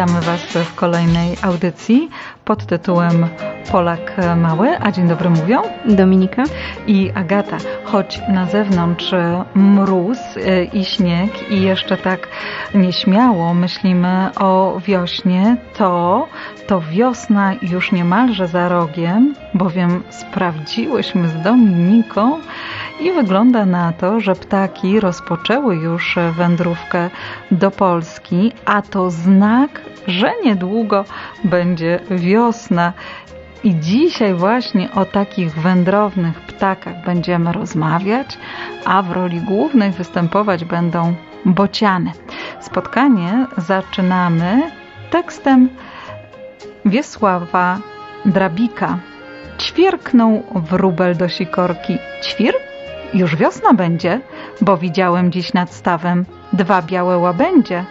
Witamy Was w kolejnej audycji pod tytułem Polak Mały, a dzień dobry mówią Dominika i Agata. Choć na zewnątrz mróz i śnieg i jeszcze tak nieśmiało myślimy o wiośnie, to wiosna już niemalże za rogiem, bowiem sprawdziłyśmy z Dominiką i wygląda na to, że ptaki rozpoczęły już wędrówkę do Polski, a to znak, że niedługo będzie wiosna. I dzisiaj właśnie o takich wędrownych ptakach będziemy rozmawiać, a w roli głównej występować będą bociany. Spotkanie zaczynamy tekstem Wiesława Drabika. Ćwierknął wróbel do sikorki. Ćwir? Już wiosna będzie, bo widziałem dziś nad stawem 2 białe łabędzie.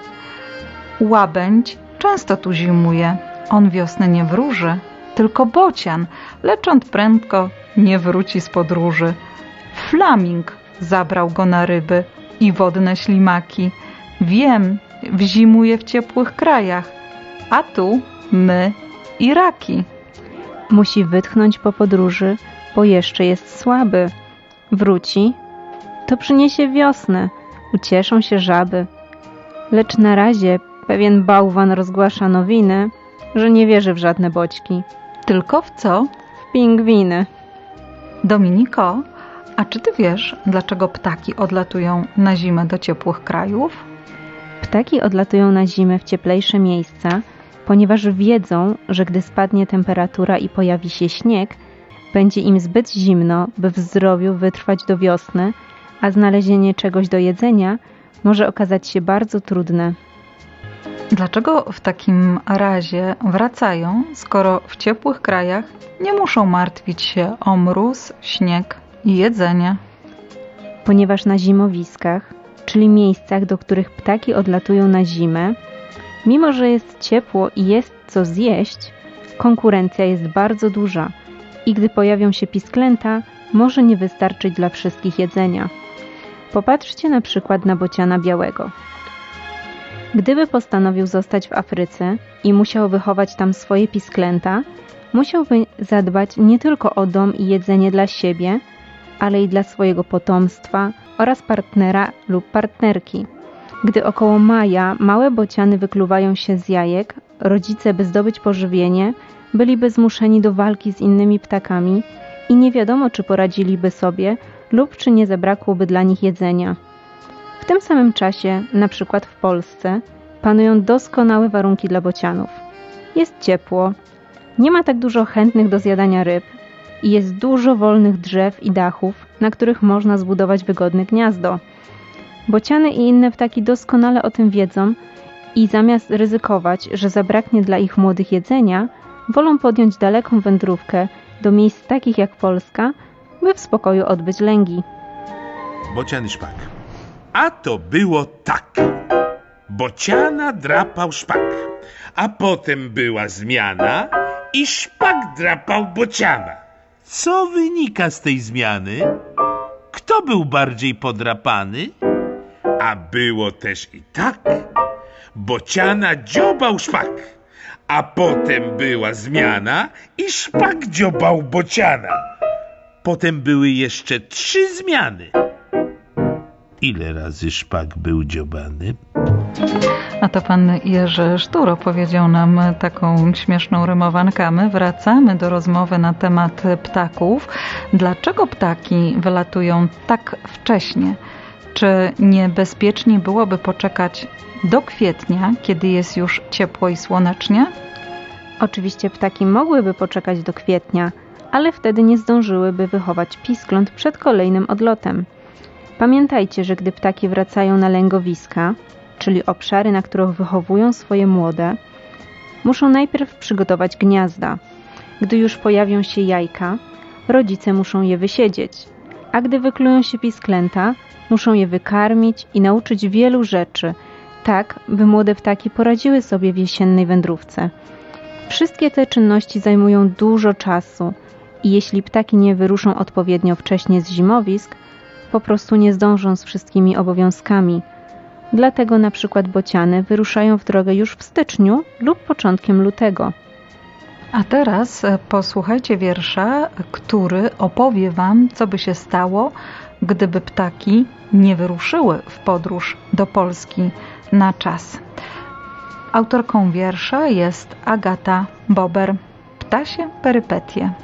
Łabędź często tu zimuje, on wiosny nie wróży, tylko bocian, lecz on prędko nie wróci z podróży. Flaming zabrał go na ryby i wodne ślimaki. Wiem, wzimuje w ciepłych krajach, a tu my i raki. Musi wytchnąć po podróży, bo jeszcze jest słaby. Wróci, to przyniesie wiosnę, ucieszą się żaby. Lecz na razie pewien bałwan rozgłasza nowiny, że nie wierzy w żadne boćki. Tylko w co? W pingwiny. Dominiko, a czy ty wiesz, dlaczego ptaki odlatują na zimę do ciepłych krajów? Ptaki odlatują na zimę w cieplejsze miejsca, ponieważ wiedzą, że gdy spadnie temperatura i pojawi się śnieg, będzie im zbyt zimno, by w zdrowiu wytrwać do wiosny, a znalezienie czegoś do jedzenia może okazać się bardzo trudne. Dlaczego w takim razie wracają, skoro w ciepłych krajach nie muszą martwić się o mróz, śnieg i jedzenie? Ponieważ na zimowiskach, czyli miejscach, do których ptaki odlatują na zimę, mimo że jest ciepło i jest co zjeść, konkurencja jest bardzo duża i gdy pojawią się pisklęta, może nie wystarczyć dla wszystkich jedzenia. Popatrzcie na przykład na bociana białego. Gdyby postanowił zostać w Afryce i musiał wychować tam swoje pisklęta, musiałby zadbać nie tylko o dom i jedzenie dla siebie, ale i dla swojego potomstwa oraz partnera lub partnerki. Gdy około maja małe bociany wykluwają się z jajek, rodzice, by zdobyć pożywienie, byliby zmuszeni do walki z innymi ptakami i nie wiadomo, czy poradziliby sobie lub czy nie zabrakłoby dla nich jedzenia. W tym samym czasie, na przykład w Polsce, panują doskonałe warunki dla bocianów. Jest ciepło, nie ma tak dużo chętnych do zjadania ryb i jest dużo wolnych drzew i dachów, na których można zbudować wygodne gniazdo. Bociany i inne ptaki doskonale o tym wiedzą i zamiast ryzykować, że zabraknie dla ich młodych jedzenia, wolą podjąć daleką wędrówkę do miejsc takich jak Polska, by w spokoju odbyć lęgi. Bocian i szpak. A to było tak. Bociana drapał szpak, a potem była zmiana i szpak drapał bociana. Co wynika z tej zmiany? Kto był bardziej podrapany? A było też i tak. Bociana dziobał szpak, a potem była zmiana i szpak dziobał bociana. Potem były jeszcze 3 zmiany. Ile razy szpak był dziobany? A to pan Jerzy Sztur opowiedział nam taką śmieszną rymowankę. My wracamy do rozmowy na temat ptaków. Dlaczego ptaki wylatują tak wcześnie? Czy niebezpieczniej byłoby poczekać do kwietnia, kiedy jest już ciepło i słonecznie? Oczywiście ptaki mogłyby poczekać do kwietnia, ale wtedy nie zdążyłyby wychować piskląt przed kolejnym odlotem. Pamiętajcie, że gdy ptaki wracają na lęgowiska, czyli obszary, na których wychowują swoje młode, muszą najpierw przygotować gniazda. Gdy już pojawią się jajka, rodzice muszą je wysiedzieć, a gdy wyklują się pisklęta, muszą je wykarmić i nauczyć wielu rzeczy, tak by młode ptaki poradziły sobie w jesiennej wędrówce. Wszystkie te czynności zajmują dużo czasu i jeśli ptaki nie wyruszą odpowiednio wcześnie z zimowisk, po prostu nie zdążą z wszystkimi obowiązkami. Dlatego na przykład bociany wyruszają w drogę już w styczniu lub początkiem lutego. A teraz posłuchajcie wiersza, który opowie Wam, co by się stało, gdyby ptaki nie wyruszyły w podróż do Polski na czas. Autorką wiersza jest Agata Bober. Ptasie perypetie.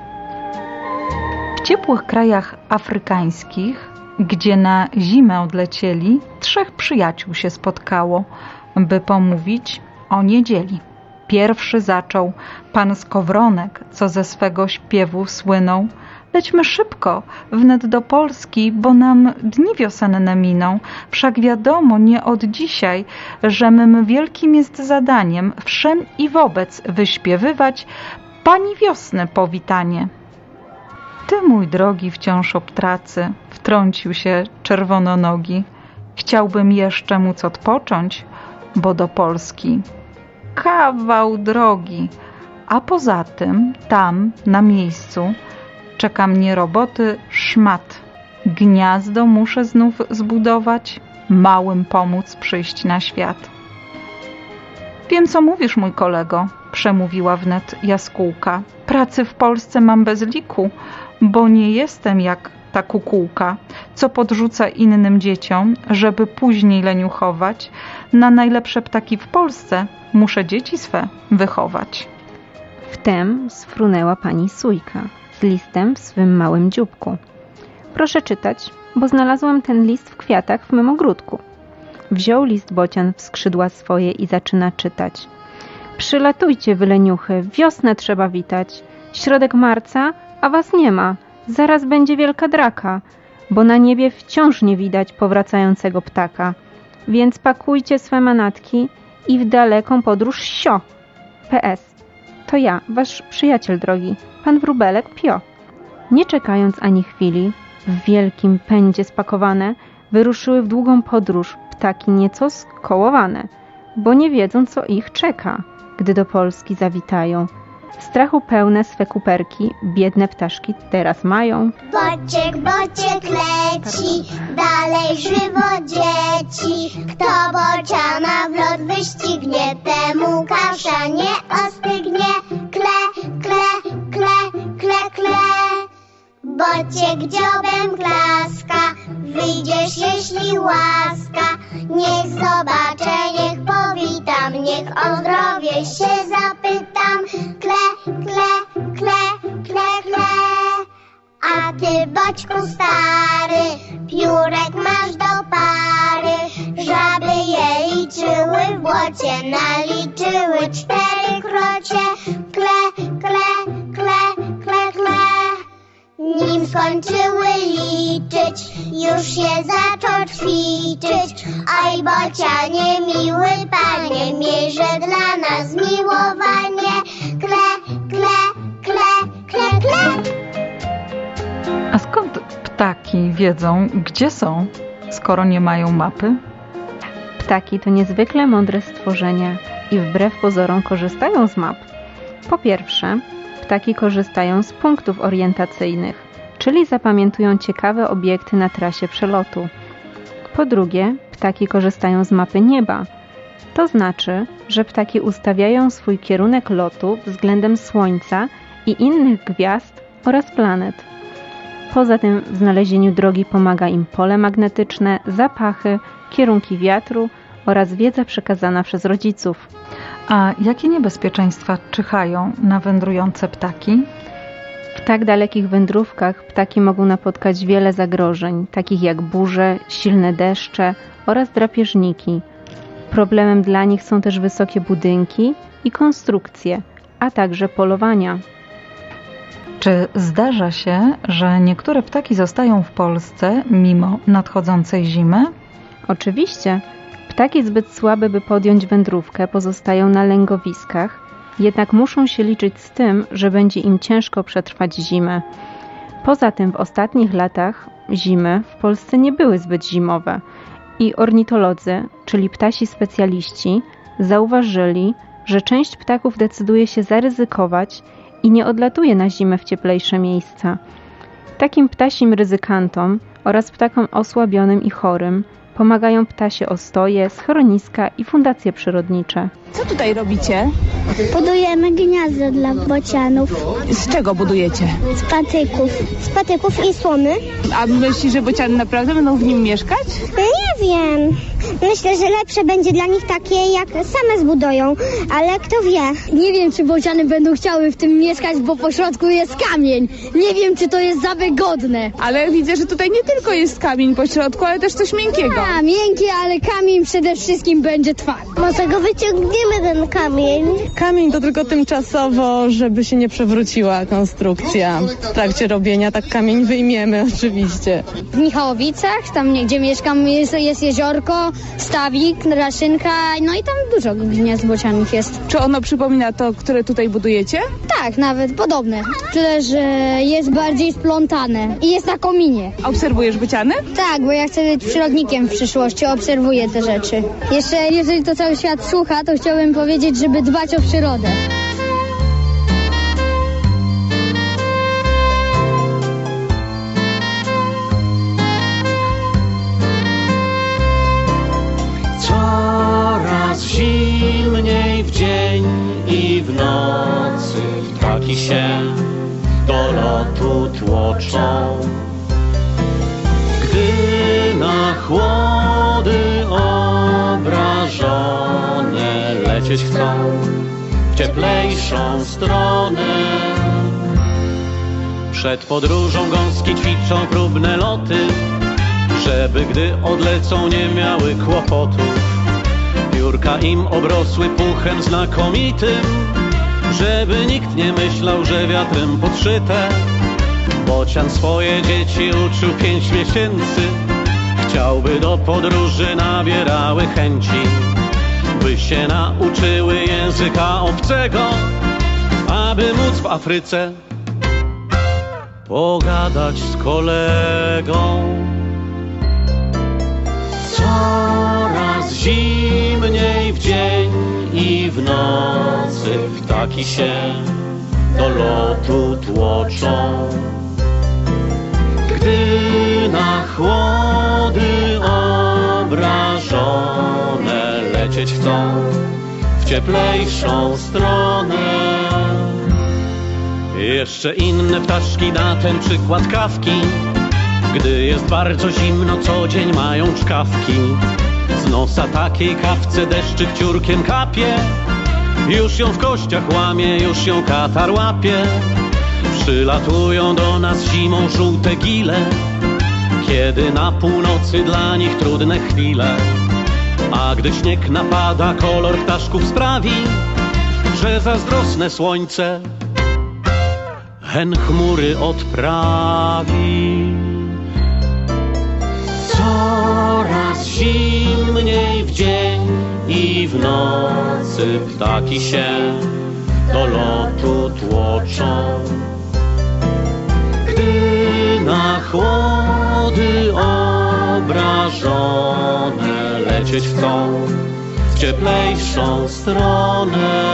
W ciepłych krajach afrykańskich, gdzie na zimę odlecieli, 3 przyjaciół się spotkało, by pomówić o niedzieli. Pierwszy zaczął pan Skowronek, co ze swego śpiewu słynął. Lećmy szybko, wnet do Polski, bo nam dni wiosenne miną. Wszak wiadomo nie od dzisiaj, że mym wielkim jest zadaniem wszem i wobec wyśpiewywać pani wiosny powitanie. Ty, mój drogi, wciąż obtracy, wtrącił się czerwononogi. Chciałbym jeszcze móc odpocząć, bo do Polski kawał drogi, a poza tym tam, na miejscu, czeka mnie roboty szmat. Gniazdo muszę znów zbudować, małym pomóc przyjść na świat. Wiem, co mówisz, mój kolego, przemówiła wnet jaskółka. Pracy w Polsce mam bez liku, bo nie jestem jak ta kukułka, co podrzuca innym dzieciom, żeby później leniuchować. Na najlepsze ptaki w Polsce muszę dzieci swe wychować. Wtem sfrunęła pani Sójka z listem w swym małym dzióbku. Proszę czytać, bo znalazłam ten list w kwiatach w mym ogródku. Wziął list bocian w skrzydła swoje i zaczyna czytać. Przylatujcie, wy leniuchy, wiosnę trzeba witać. Środek marca, a was nie ma. Zaraz będzie wielka draka, bo na niebie wciąż nie widać powracającego ptaka. Więc pakujcie swe manatki i w daleką podróż sio. PS. To ja, wasz przyjaciel drogi, pan wróbelek Pio. Nie czekając ani chwili, w wielkim pędzie spakowane, wyruszyły w długą podróż ptaki nieco skołowane, bo nie wiedzą, co ich czeka, gdy do Polski zawitają. Strachu pełne swe kuperki biedne ptaszki teraz mają. Bociek, bociek leci, dalej żywo dzieci. Kto bociana w lot wyścignie, temu kasza nie ostygnie. Kle, kle, kle, kle, kle. Bociek dziobem klaska, wyjdziesz jeśli łaska. Niech zobaczę, niech powitam, niech o zdrowie się zapytam. Kle, kle, kle, kle, kle. A ty, boćku stary, piórek masz do pary. Żaby je liczyły w błocie, naliczyły 4 krocie. Kle, kle, kle, kle, kle. Nim skończyły liczyć, już się zaczął ćwiczyć. Oj, bocianie, miły panie, miejże dla nas miłowanie. Kle, kle, kle, kle, kle. A skąd ptaki wiedzą, gdzie są, skoro nie mają mapy? Ptaki to niezwykle mądre stworzenia i wbrew pozorom korzystają z map. Po pierwsze, ptaki korzystają z punktów orientacyjnych, czyli zapamiętują ciekawe obiekty na trasie przelotu. Po drugie, ptaki korzystają z mapy nieba. To znaczy, że ptaki ustawiają swój kierunek lotu względem Słońca i innych gwiazd oraz planet. Poza tym w znalezieniu drogi pomaga im pole magnetyczne, zapachy, kierunki wiatru oraz wiedza przekazana przez rodziców. A jakie niebezpieczeństwa czyhają na wędrujące ptaki? W tak dalekich wędrówkach ptaki mogą napotkać wiele zagrożeń, takich jak burze, silne deszcze oraz drapieżniki. Problemem dla nich są też wysokie budynki i konstrukcje, a także polowania. Czy zdarza się, że niektóre ptaki zostają w Polsce mimo nadchodzącej zimy? Oczywiście. Ptaki zbyt słabe, by podjąć wędrówkę, pozostają na lęgowiskach, jednak muszą się liczyć z tym, że będzie im ciężko przetrwać zimę. Poza tym w ostatnich latach zimy w Polsce nie były zbyt zimowe i ornitolodzy, czyli ptasi specjaliści, zauważyli, że część ptaków decyduje się zaryzykować i nie odlatuje na zimę w cieplejsze miejsca. Takim ptasim ryzykantom oraz ptakom osłabionym i chorym Pomagają ptasie ostoje, schroniska i fundacje przyrodnicze. Co tutaj robicie? Budujemy gniazdo dla bocianów. Z czego budujecie? Z patyków. Z patyków i słomy. A myślisz, że bociany naprawdę będą w nim mieszkać? Nie wiem. Myślę, że lepsze będzie dla nich takie, jak same zbudują, ale kto wie. Nie wiem, czy bociany będą chciały w tym mieszkać, bo po środku jest kamień. Nie wiem, czy to jest za wygodne. Ale widzę, że tutaj nie tylko jest kamień po środku, ale też coś miękkiego. A, miękkie, ale kamień przede wszystkim będzie twardy. Może go wyciągniemy, ten kamień. Kamień to tylko tymczasowo, żeby się nie przewróciła konstrukcja. W trakcie robienia tak kamień wyjmiemy oczywiście. W Michałowicach, tam gdzie mieszkam, jest jeziorko, stawik, raszynka, no i tam dużo gniazd bocianów jest. Czy ono przypomina to, które tutaj budujecie? Tak, nawet podobne. Tyle, że jest bardziej splątane i jest na kominie. Obserwujesz bociany? Tak, bo ja chcę być przyrodnikiem w przyszłości, obserwuję te rzeczy. Jeszcze, jeżeli to cały świat słucha, to chciałbym powiedzieć, żeby dbać o przyrodę. Coraz zimniej w dzień i w nocy ptaki się do lotu tłoczą. Gdy na chłody obrażone lecieć chcą w cieplejszą stronę. Przed podróżą gąski ćwiczą próbne loty, żeby gdy odlecą nie miały kłopotów. Piórka im obrosły puchem znakomitym, żeby nikt nie myślał, że wiatrem podszyte. Bocian swoje dzieci uczył 5 miesięcy, chciałby do podróży nabierały chęci, by się nauczyły języka obcego, aby móc w Afryce pogadać z kolegą. Coraz zimniej w dzień i w nocy ptaki się do lotu tłoczą. Gdy na chłody obrażone lecieć chcą w cieplejszą stronę. Jeszcze inne ptaszki na ten przykład kawki, gdy jest bardzo zimno, co dzień mają czkawki. Z nosa takiej kawce deszczyk ciurkiem kapie, już ją w kościach łamie, już ją katar łapie. Przylatują do nas zimą żółte gile, kiedy na północy dla nich trudne chwile. A gdy śnieg napada, kolor ptaszków sprawi, że zazdrosne słońce hen chmury odprawi. Coraz zimniej w dzień i w nocy ptaki się do lotu tłoczą. Gdy na chłody obrażone lecieć chcą w cieplejszą stronę.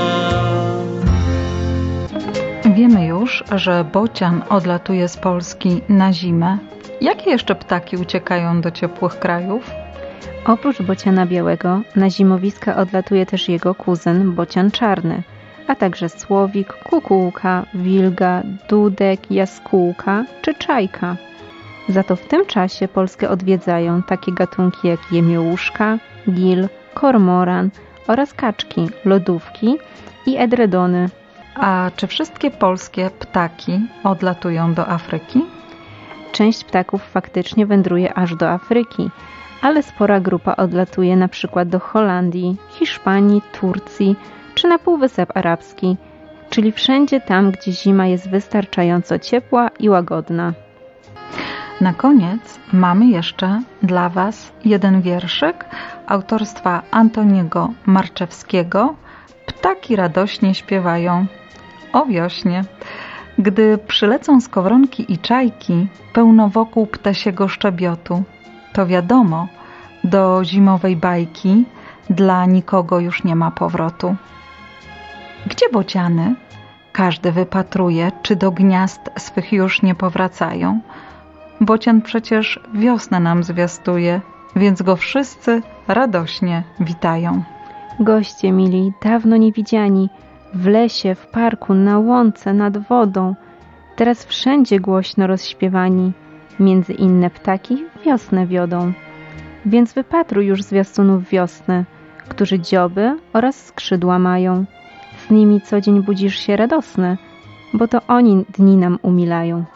Wiemy już, że bocian odlatuje z Polski na zimę. Jakie jeszcze ptaki uciekają do ciepłych krajów? Oprócz bociana białego, na zimowiska odlatuje też jego kuzyn, bocian czarny, a także słowik, kukułka, wilga, dudek, jaskółka czy czajka. Za to w tym czasie Polskę odwiedzają takie gatunki jak jemiołuszka, gil, kormoran oraz kaczki, lodówki i edredony. A czy wszystkie polskie ptaki odlatują do Afryki? Część ptaków faktycznie wędruje aż do Afryki, ale spora grupa odlatuje na przykład do Holandii, Hiszpanii, Turcji czy na Półwysep Arabski, czyli wszędzie tam, gdzie zima jest wystarczająco ciepła i łagodna. Na koniec mamy jeszcze dla Was jeden wierszyk autorstwa Antoniego Marczewskiego. Ptaki radośnie śpiewają o wiośnie. Gdy przylecą skowronki i czajki, pełno wokół ptasiego szczebiotu, to wiadomo, do zimowej bajki dla nikogo już nie ma powrotu. Gdzie bociany? Każdy wypatruje, czy do gniazd swych już nie powracają. Bocian przecież wiosnę nam zwiastuje więc go wszyscy radośnie witają. Goście mili, dawno niewidziani, w lesie, w parku, na łące, nad wodą, teraz wszędzie głośno rozśpiewani, między inne ptaki wiosnę wiodą. Więc wypatruj już zwiastunów wiosny, którzy dzioby oraz skrzydła mają. Z nimi co dzień budzisz się radosny, bo to oni dni nam umilają.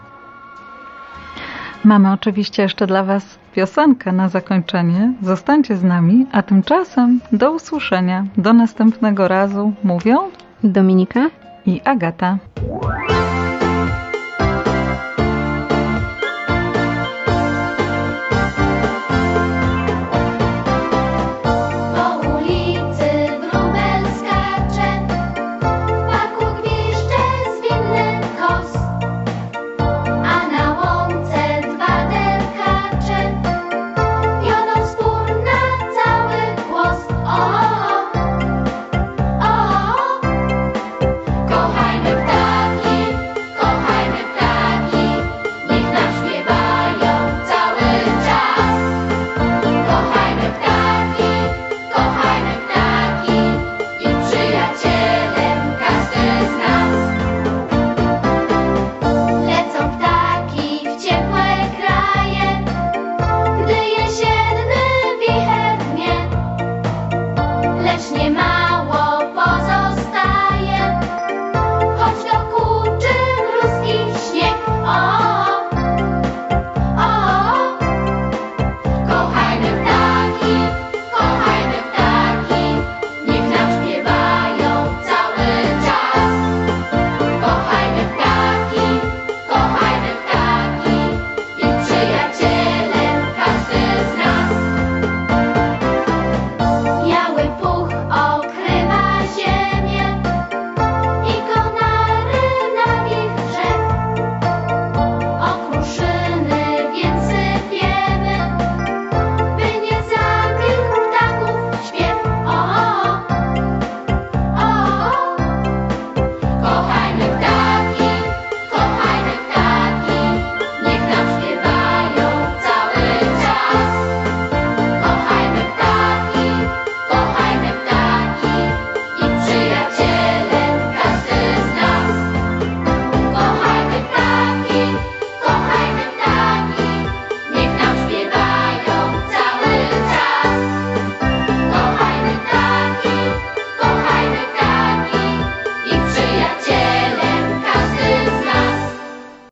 Mamy oczywiście jeszcze dla Was piosenkę na zakończenie. Zostańcie z nami, a tymczasem do usłyszenia. Do następnego razu mówią Dominika i Agata.